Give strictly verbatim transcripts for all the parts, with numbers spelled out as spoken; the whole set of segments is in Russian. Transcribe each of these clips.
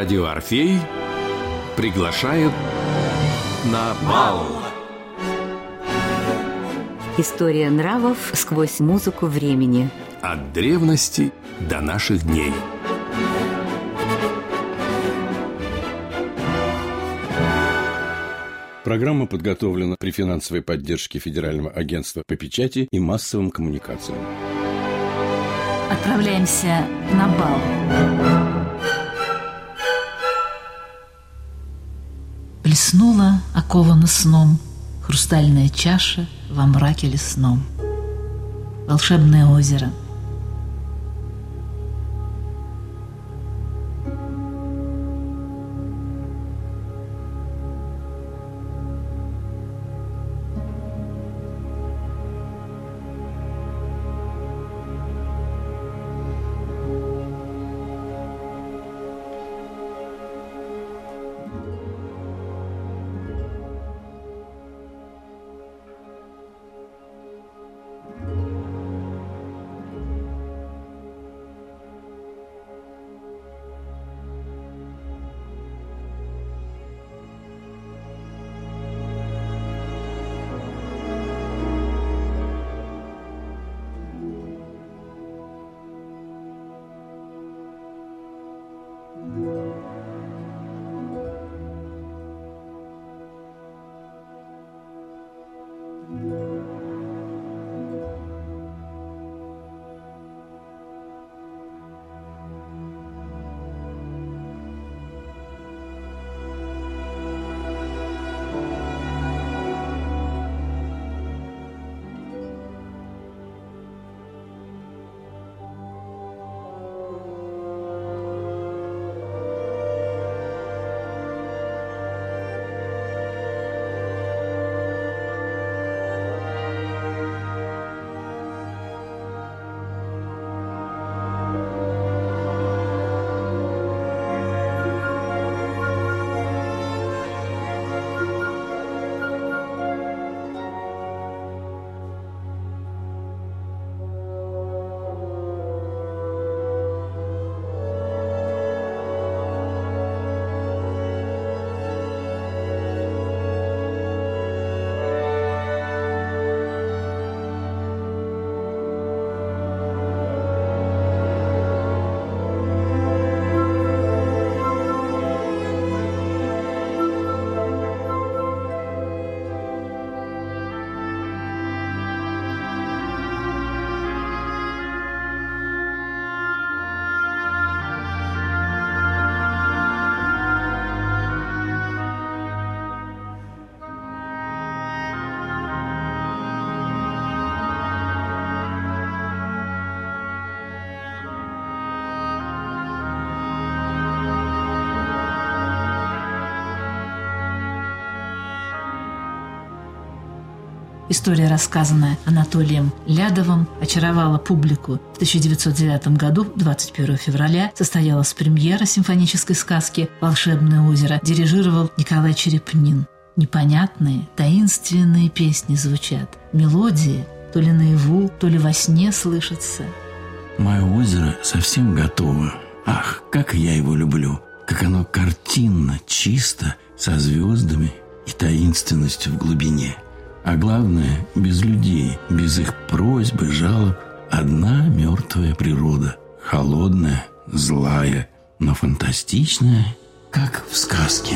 Радио Орфей приглашает на бал. История нравов сквозь музыку времени. От древности до наших дней. Программа подготовлена при финансовой поддержке Федерального агентства по печати и массовым коммуникациям. Отправляемся на бал. Блеснула, окована сном, хрустальная чаша во мраке лесном. Волшебное озеро. История, рассказанная Анатолием Лядовым, очаровала публику. В тысяча девятьсот девятом году, двадцать первого февраля, состоялась премьера симфонической сказки «Волшебное озеро». Дирижировал Николай Черепнин. Непонятные, таинственные песни звучат. Мелодии то ли наяву, то ли во сне слышатся. Мое озеро совсем готово. Ах, как я его люблю! Как оно картинно, чисто, со звездами и таинственностью в глубине. А главное, без людей, без их просьб и жалоб. Одна мертвая природа. Холодная, злая, но фантастичная, как в сказке.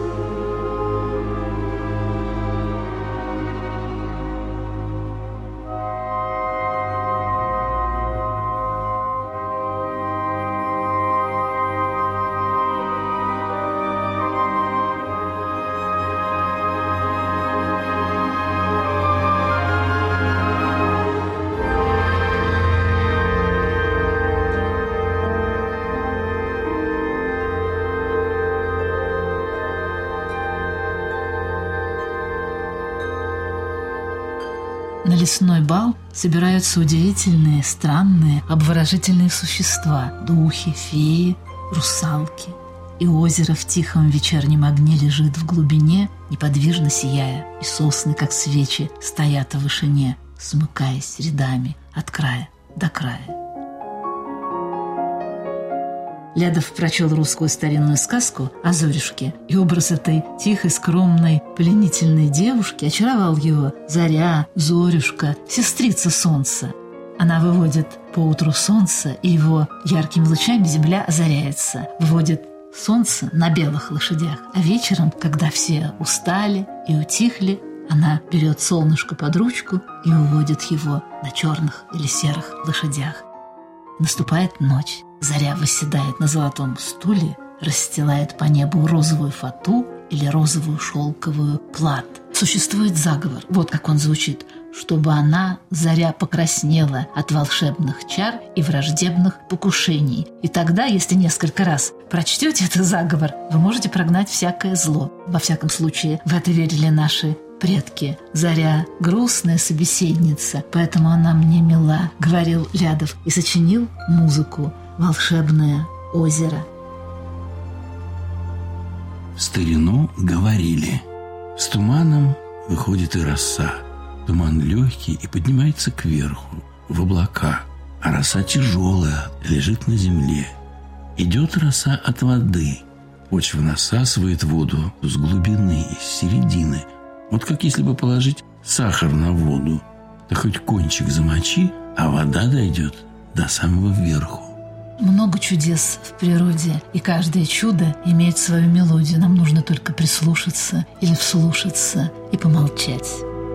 На лесной бал собираются удивительные, странные, обворожительные существа – духи, феи, русалки. И озеро в тихом вечернем огне лежит в глубине, неподвижно сияя, и сосны, как свечи, стоят в вышине, смыкаясь рядами от края до края. Лядов прочел русскую старинную сказку о Зорюшке, и образ этой тихой, скромной, пленительной девушки очаровал его. Заря, Зорюшка, сестрица солнца. Она выводит поутру солнце, и его яркими лучами земля озаряется. Выводит солнце на белых лошадях, а вечером, когда все устали и утихли, она берет солнышко под ручку и уводит его на черных или серых лошадях. Наступает ночь. Заря восседает на золотом стуле, расстилает по небу розовую фату или розовую шелковую плат. Существует заговор, вот как он звучит, чтобы она, Заря, покраснела от волшебных чар и враждебных покушений. И тогда, если несколько раз прочтете этот заговор, вы можете прогнать всякое зло. Во всяком случае, в это верили наши предки. Заря — грустная собеседница, поэтому она мне мила, говорил Лядов, и сочинил музыку «Волшебное озеро». В старину говорили: с туманом выходит и роса. Туман легкий и поднимается кверху, в облака, а роса тяжелая, лежит на земле. Идет роса от воды. Почва насасывает воду с глубины, из середины. Вот как если бы положить сахар на воду. Да хоть кончик замочи, а вода дойдет до самого верху. Много чудес в природе, и каждое чудо имеет свою мелодию. Нам нужно только прислушаться или вслушаться и помолчать.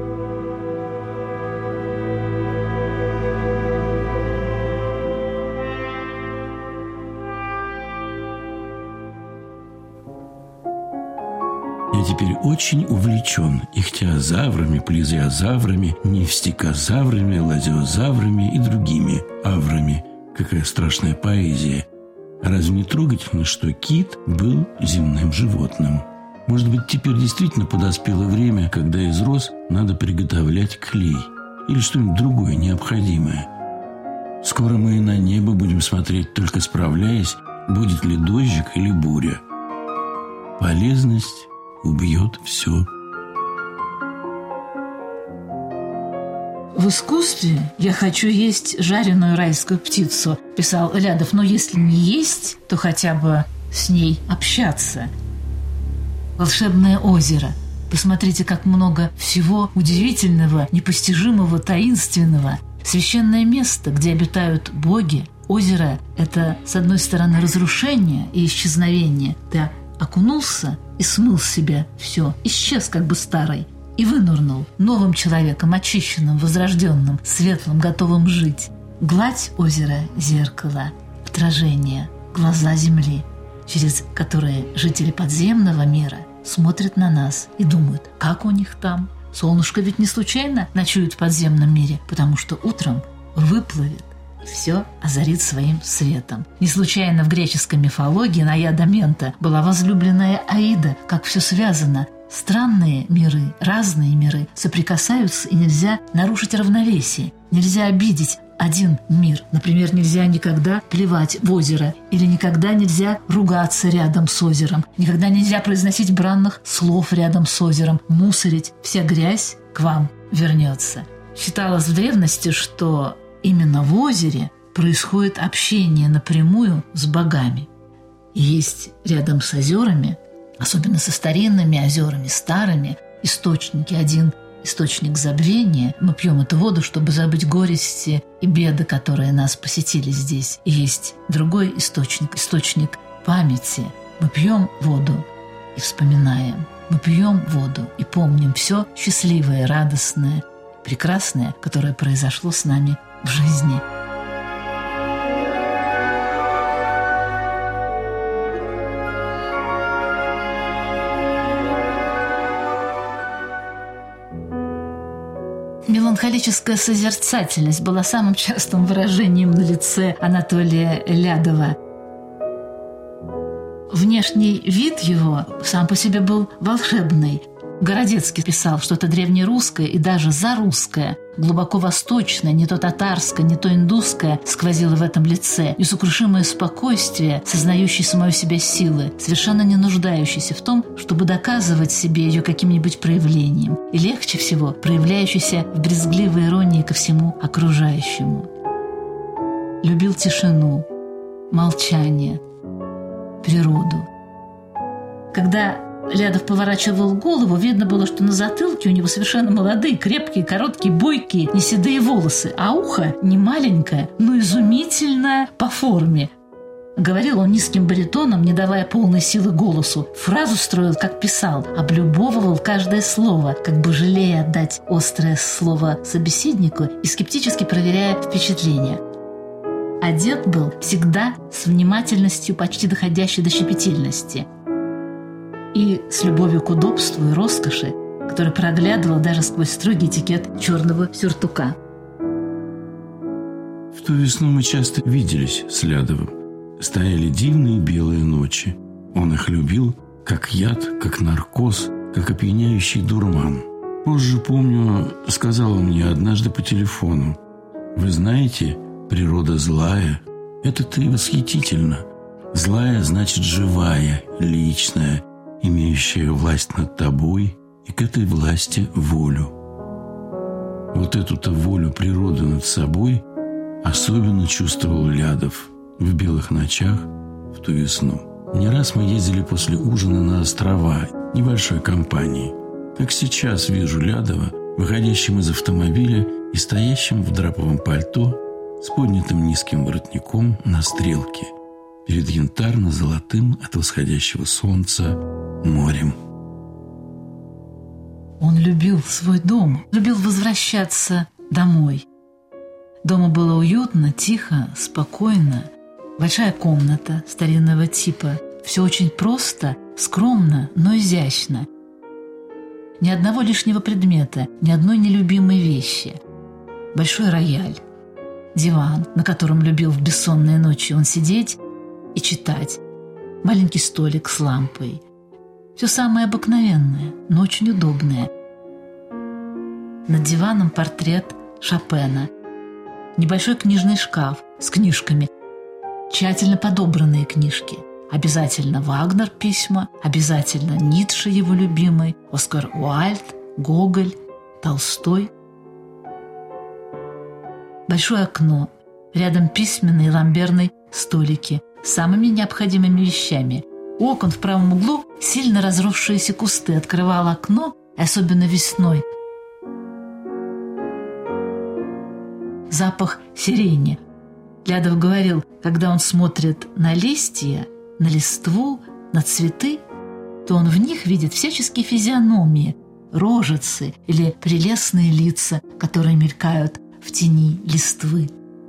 Я теперь очень увлечен ихтиозаврами, плезиозаврами, нефстикозаврами, лазиозаврами и другими аврами. Какая страшная поэзия. А разве не трогательно, что кит был земным животным? Может быть, теперь действительно подоспело время, когда из роз надо приготовлять клей или что-нибудь другое необходимое. Скоро мы и на небо будем смотреть, только справляясь, будет ли дождик или буря. Полезность убьет все. «В искусстве я хочу есть жареную райскую птицу», – писал Лядов, «но если не есть, то хотя бы с ней общаться». Волшебное озеро. Посмотрите, как много всего удивительного, непостижимого, таинственного. Священное место, где обитают боги. Озеро – это, с одной стороны, разрушение и исчезновение. Ты окунулся и смыл с себя все, исчез как бы старый. И вынырнул новым человеком, очищенным, возрожденным, светлым, готовым жить. Гладь озера – зеркало, отражение, глаза земли, через которые жители подземного мира смотрят на нас и думают, как у них там. Солнышко ведь не случайно ночует в подземном мире, потому что утром выплывет и все озарит своим светом. Не случайно в греческой мифологии Наяда Мента была возлюбленная Аида, как все связано. Странные миры, разные миры соприкасаются, и нельзя нарушить равновесие. Нельзя обидеть один мир. Например, нельзя никогда плевать в озеро, или никогда нельзя ругаться рядом с озером, никогда нельзя произносить бранных слов рядом с озером, мусорить. Вся грязь к вам вернется. Считалось в древности, что именно в озере происходит общение напрямую с богами. И есть рядом с озерами, особенно со старинными озерами, старыми, источники. Один источник забвения. Мы пьем эту воду, чтобы забыть горести и беды, которые нас посетили здесь. И есть другой источник, источник памяти. Мы пьем воду и вспоминаем. Мы пьем воду и помним все счастливое, радостное, прекрасное, которое произошло с нами в жизни. Меланхолическая созерцательность была самым частым выражением на лице Анатолия Лядова. Внешний вид его сам по себе был волшебный. Городецкий писал, что это древнерусское и даже зарусское, глубоко восточное, не то татарское, не то индусское сквозило в этом лице. Несокрушимое спокойствие, сознающее самой себя силы, совершенно не нуждающееся в том, чтобы доказывать себе ее каким-нибудь проявлением. И легче всего проявляющееся в брезгливой иронии ко всему окружающему. Любил тишину, молчание, природу. Когда Лядов поворачивал голову, видно было, что на затылке у него совершенно молодые, крепкие, короткие, бойкие, не седые волосы, а ухо не маленькое, но изумительное по форме. Говорил он низким баритоном, не давая полной силы голосу. Фразу строил, как писал, облюбовывал каждое слово, как бы жалея отдать острое слово собеседнику и скептически проверяя впечатление. Одет был всегда с внимательностью, почти доходящей до щепетильности, и с любовью к удобству и роскоши, которая проглядывала даже сквозь строгий этикет черного сюртука. В ту весну мы часто виделись с Лядовым. Стояли дивные белые ночи. Он их любил, как яд, как наркоз, как опьяняющий дурман. Позже, помню, сказал он мне однажды по телефону: «Вы знаете, природа злая. Это-то и восхитительно. Злая значит живая, личная, имеющая власть над тобой и к этой власти волю». Вот эту-то волю природы над собой особенно чувствовал Лядов в белых ночах в ту весну. Не раз мы ездили после ужина на острова небольшой компанией. Как сейчас вижу Лядова, выходящим из автомобиля и стоящим в драповом пальто с поднятым низким воротником на стрелке перед янтарно-золотым от восходящего солнца морем. Он любил свой дом, любил возвращаться домой. Дома было уютно, тихо, спокойно. Большая комната старинного типа. Все очень просто, скромно, но изящно. Ни одного лишнего предмета, ни одной нелюбимой вещи. Большой рояль, диван, на котором любил в бессонные ночи он сидеть и читать, маленький столик с лампой. Все самое обыкновенное, но очень удобное. Над диваном портрет Шопена. Небольшой книжный шкаф с книжками, тщательно подобранные книжки. Обязательно Вагнер письма, обязательно Ницше его любимый, Оскар Уайльд, Гоголь, Толстой. Большое окно, рядом письменные и ламберные столики с самыми необходимыми вещами. У окон в правом углу сильно разросшиеся кусты. Открывал окно, особенно весной. Запах сирени. Лядов говорил, когда он смотрит на листья, на листву, на цветы, то он в них видит всяческие физиономии, рожицы или прелестные лица, которые мелькают в тени листвы.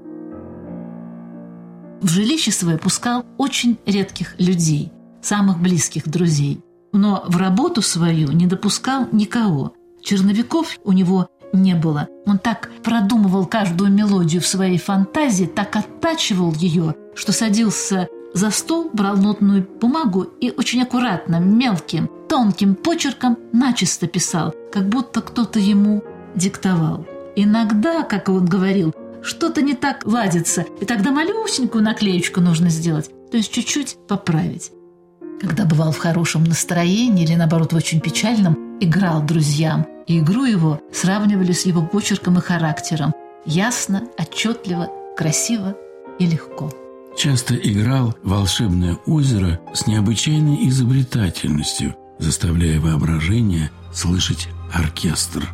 В жилище свое пускал очень редких людей, самых близких друзей, но в работу свою не допускал никого. Черновиков у него не было. Он так продумывал каждую мелодию в своей фантазии, так оттачивал ее, что садился за стол, брал нотную бумагу и очень аккуратно, мелким, тонким почерком начисто писал, как будто кто-то ему диктовал. Иногда, как он говорил, что-то не так ладится, и тогда малюсенькую наклеечку нужно сделать, то есть чуть-чуть поправить. Когда бывал в хорошем настроении или, наоборот, в очень печальном, играл друзьям, и игру его сравнивали с его почерком и характером. Ясно, отчетливо, красиво и легко. Часто играл «Волшебное озеро» с необычайной изобретательностью, заставляя воображение слышать оркестр.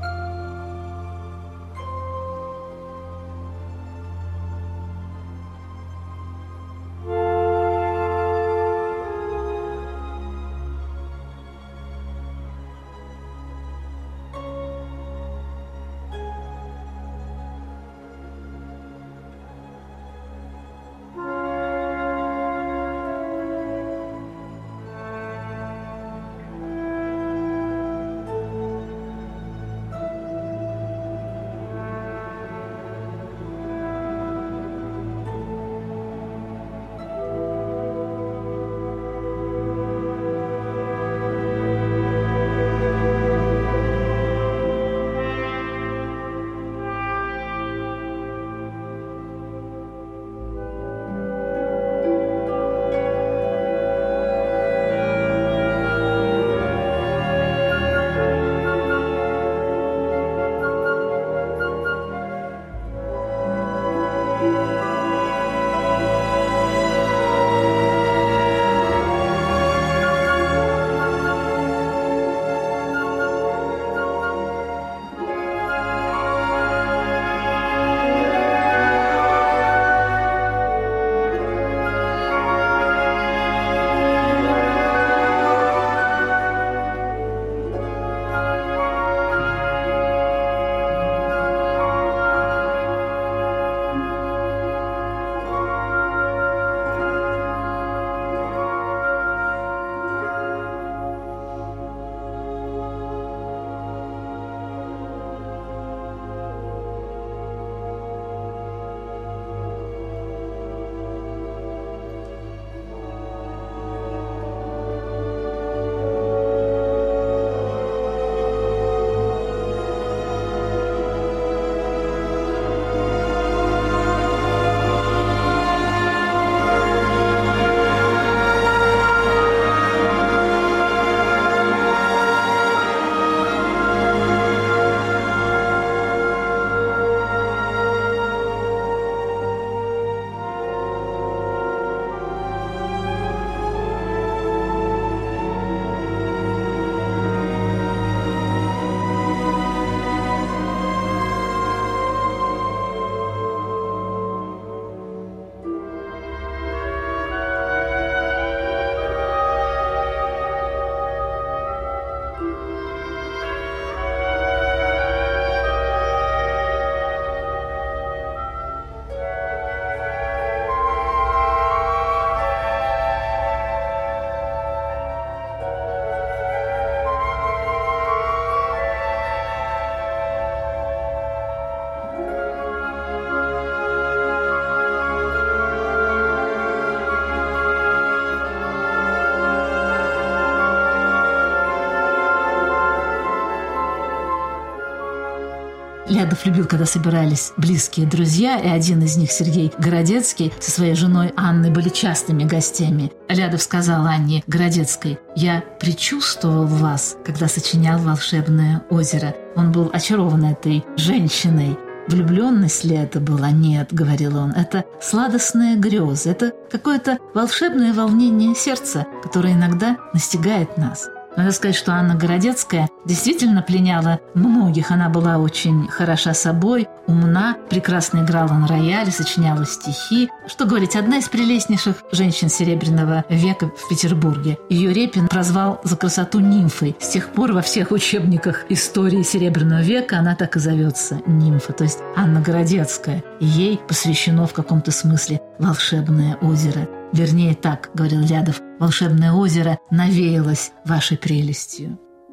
Лядов любил, когда собирались близкие друзья, и один из них, Сергей Городецкий, со своей женой Анной были частыми гостями. Лядов сказал Анне Городецкой: «Я предчувствовал вас, когда сочинял «Волшебное озеро». Он был очарован этой женщиной. Влюбленность ли это была? Нет, — говорил он, — это сладостная греза, это какое-то волшебное волнение сердца, которое иногда настигает нас». Надо сказать, что Анна Городецкая действительно пленяла многих. Она была очень хороша собой, умна, прекрасно играла на рояле, сочиняла стихи. Что говорить, одна из прелестнейших женщин Серебряного века в Петербурге. Ее Репин прозвал за красоту нимфой. С тех пор во всех учебниках истории Серебряного века она так и зовется — нимфа, то есть Анна Городецкая. И ей посвящено в каком-то смысле «Волшебное озеро». Вернее, так, — говорил Лядов, — «Волшебное озеро навеялось вашей прелестью».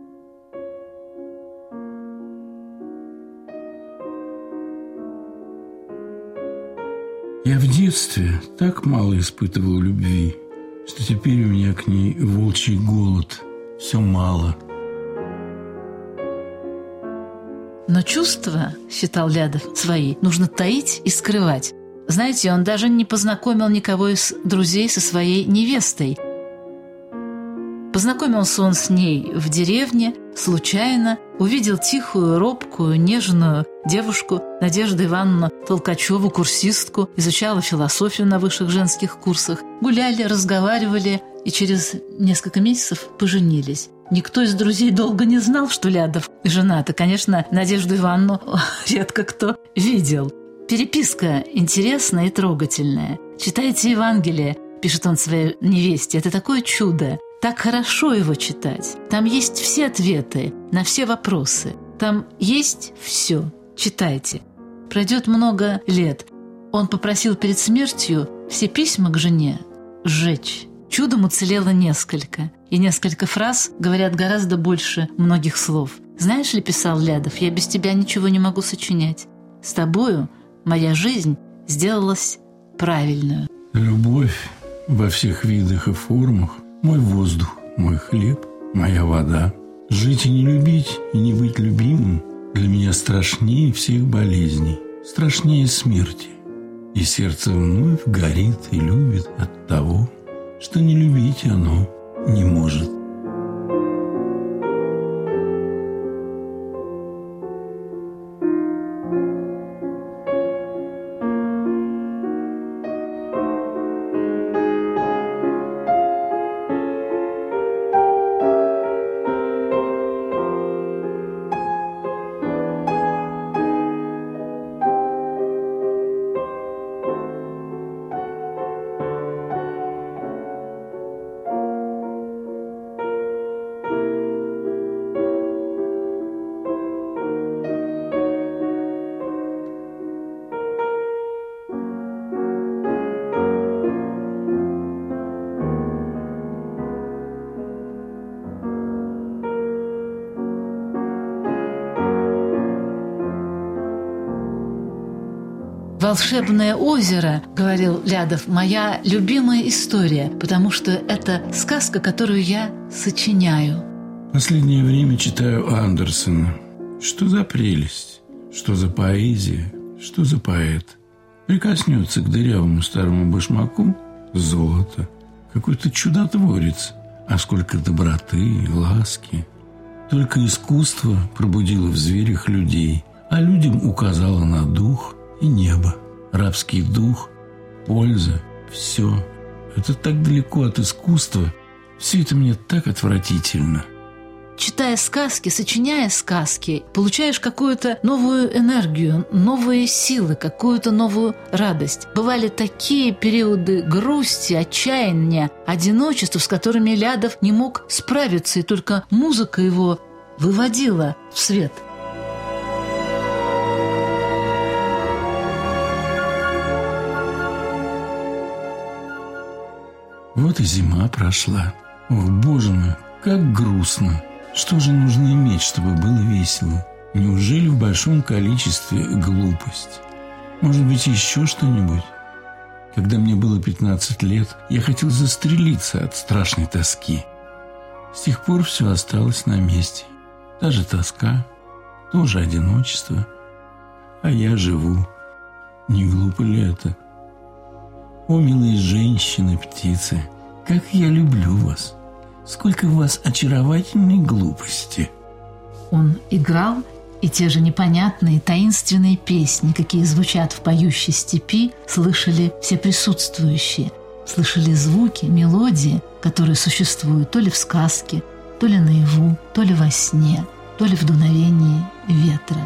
Я в детстве так мало испытывал любви, что теперь у меня к ней волчий голод. Все мало. Но чувства, считал Лядов, свои нужно таить и скрывать. Знаете, он даже не познакомил никого из друзей со своей невестой. Познакомился он с ней в деревне, случайно, увидел тихую, робкую, нежную девушку Надежду Ивановну Толкачеву, курсистку, изучала философию на высших женских курсах. Гуляли, разговаривали и через несколько месяцев поженились. Никто из друзей долго не знал, что Лядов женат, и, конечно, Надежду Ивановну редко кто видел. Переписка интересная и трогательная. «Читайте Евангелие», — пишет он своей невесте, — «это такое чудо. Так хорошо его читать. Там есть все ответы на все вопросы. Там есть все. Читайте». Пройдет много лет. Он попросил перед смертью все письма к жене сжечь. Чудом уцелело несколько. И несколько фраз говорят гораздо больше многих слов. «Знаешь ли, — писал Лядов, — я без тебя ничего не могу сочинять. С тобою моя жизнь сделалась правильную». Любовь во всех видах и формах — мой воздух, мой хлеб, моя вода. Жить и не любить, и не быть любимым для меня страшнее всех болезней, страшнее смерти. И сердце вновь горит и любит от того, что не любить оно не может. «Волшебное озеро, — говорил Лядов, — моя любимая история, потому что это сказка, которую я сочиняю». Последнее время читаю Андерсена. Что за прелесть, что за поэзия, что за поэт. Прикоснется к дырявому старому башмаку — золото. Какой-то чудотворец, а сколько доброты, ласки. Только искусство пробудило в зверях людей, а людям указало на дух и небо. Рабский дух, польза, все. Это так далеко от искусства. Все это мне так отвратительно. Читая сказки, сочиняя сказки, получаешь какую-то новую энергию, новые силы, какую-то новую радость. Бывали такие периоды грусти, отчаяния, одиночества, с которыми Лядов не мог справиться, и только музыка его выводила в свет. Вот и зима прошла. Ох, боже мой, как грустно. Что же нужно иметь, чтобы было весело? Неужели в большом количестве глупость? Может быть, еще что-нибудь? Когда мне было пятнадцать лет, я хотел застрелиться от страшной тоски. С тех пор все осталось на месте. Та же тоска, то же одиночество. а я живу. Не глупо ли это? О, милые женщины, птицы, как я люблю вас! Сколько в вас очаровательной глупости!» Он играл, и те же непонятные, таинственные песни, какие звучат в поющей степи, слышали все присутствующие, слышали звуки, мелодии, которые существуют то ли в сказке, то ли наяву, то ли во сне, то ли в дуновении ветра.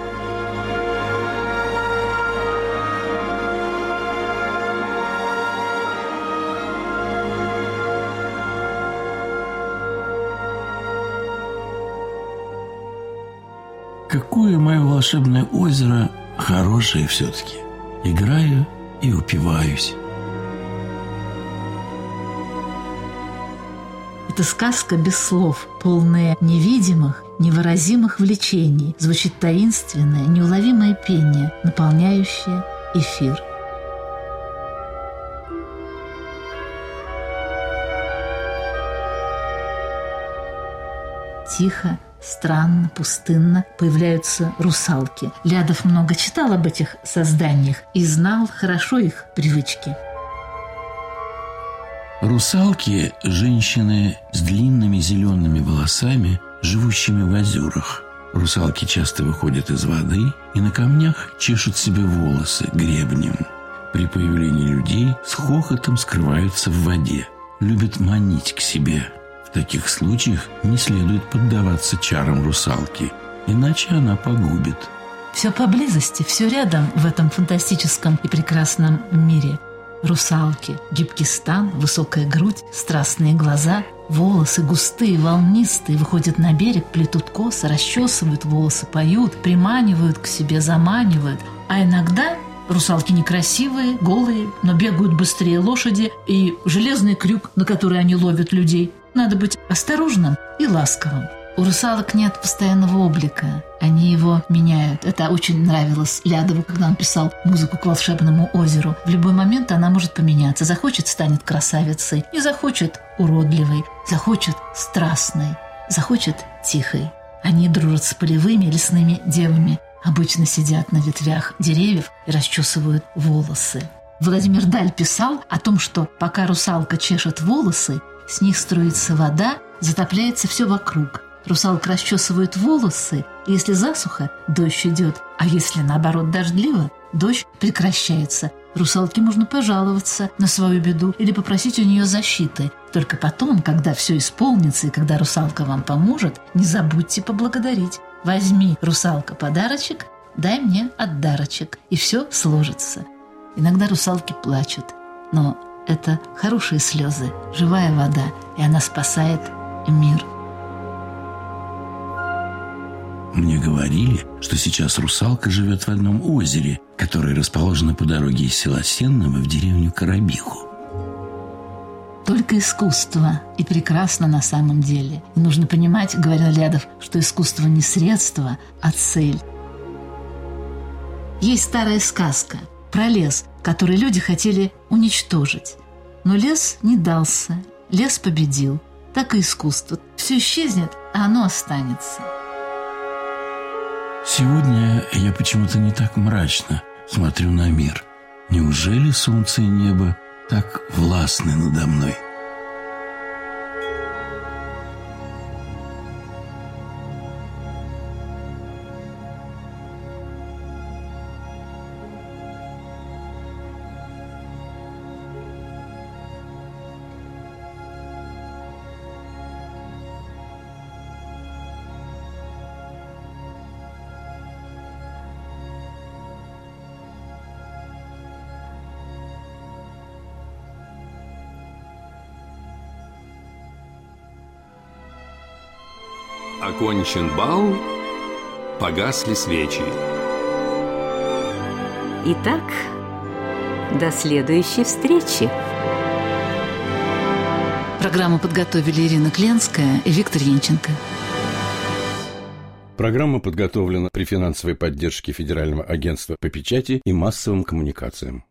Какое мое волшебное озеро хорошее все-таки. Играю и упиваюсь. Это сказка без слов, полная невидимых, невыразимых влечений. Звучит таинственное, неуловимое пение, наполняющее эфир. Тихо, странно, пустынно появляются русалки. Лядов много читал об этих созданиях и знал хорошо их привычки. Русалки – женщины с длинными зелеными волосами, живущими в озерах. Русалки часто выходят из воды и на камнях чешут себе волосы гребнем. При появлении людей с хохотом скрываются в воде. Любят манить к себе. В таких случаях не следует поддаваться чарам русалки, иначе она погубит. Все поблизости, все рядом в этом фантастическом и прекрасном мире. Русалки, гибкий стан, высокая грудь, страстные глаза, волосы густые, волнистые, выходят на берег, плетут косы, расчесывают волосы, поют, приманивают к себе, заманивают. А иногда русалки некрасивые, голые, но бегают быстрее лошади, и железный крюк, на который они ловят людей. Надо быть осторожным и ласковым. У русалок нет постоянного облика, они его меняют. Это очень нравилось Лядову, когда он писал музыку к «Волшебному озеру». В любой момент она может поменяться. Захочет – станет красавицей, не захочет – уродливой, захочет – страстной, захочет – тихой. Они дружат с полевыми лесными девами, обычно сидят на ветвях деревьев и расчесывают волосы. Владимир Даль писал о том, что пока русалка чешет волосы, с них струится вода, затопляется все вокруг. Русалка расчесывает волосы, и если засуха, дождь идет, а если, наоборот, дождливо, дождь прекращается. Русалке можно пожаловаться на свою беду или попросить у нее защиты. Только потом, когда все исполнится и когда русалка вам поможет, не забудьте поблагодарить. Возьми, русалка, подарочек, дай мне отдарочек, и все сложится. Иногда русалки плачут, но это хорошие слезы, живая вода, и она спасает мир. Мне говорили, что сейчас русалка живет в одном озере, которое расположено по дороге из села Сенного в деревню Коробиху. Только искусство и прекрасно на самом деле. И нужно понимать, говорил Лядов, что искусство не средство, а цель. Есть старая сказка про лес, который люди хотели уничтожить. Но лес не дался, лес победил. Так и искусство. Все исчезнет, а оно останется. Сегодня я почему-то не так мрачно смотрю на мир. Неужели солнце и небо так властны надо мной? Окончен бал, погасли свечи. Итак, до следующей встречи. Программу подготовили Ирина Кленская и Виктор Янченко. Программа подготовлена при финансовой поддержке Федерального агентства по печати и массовым коммуникациям.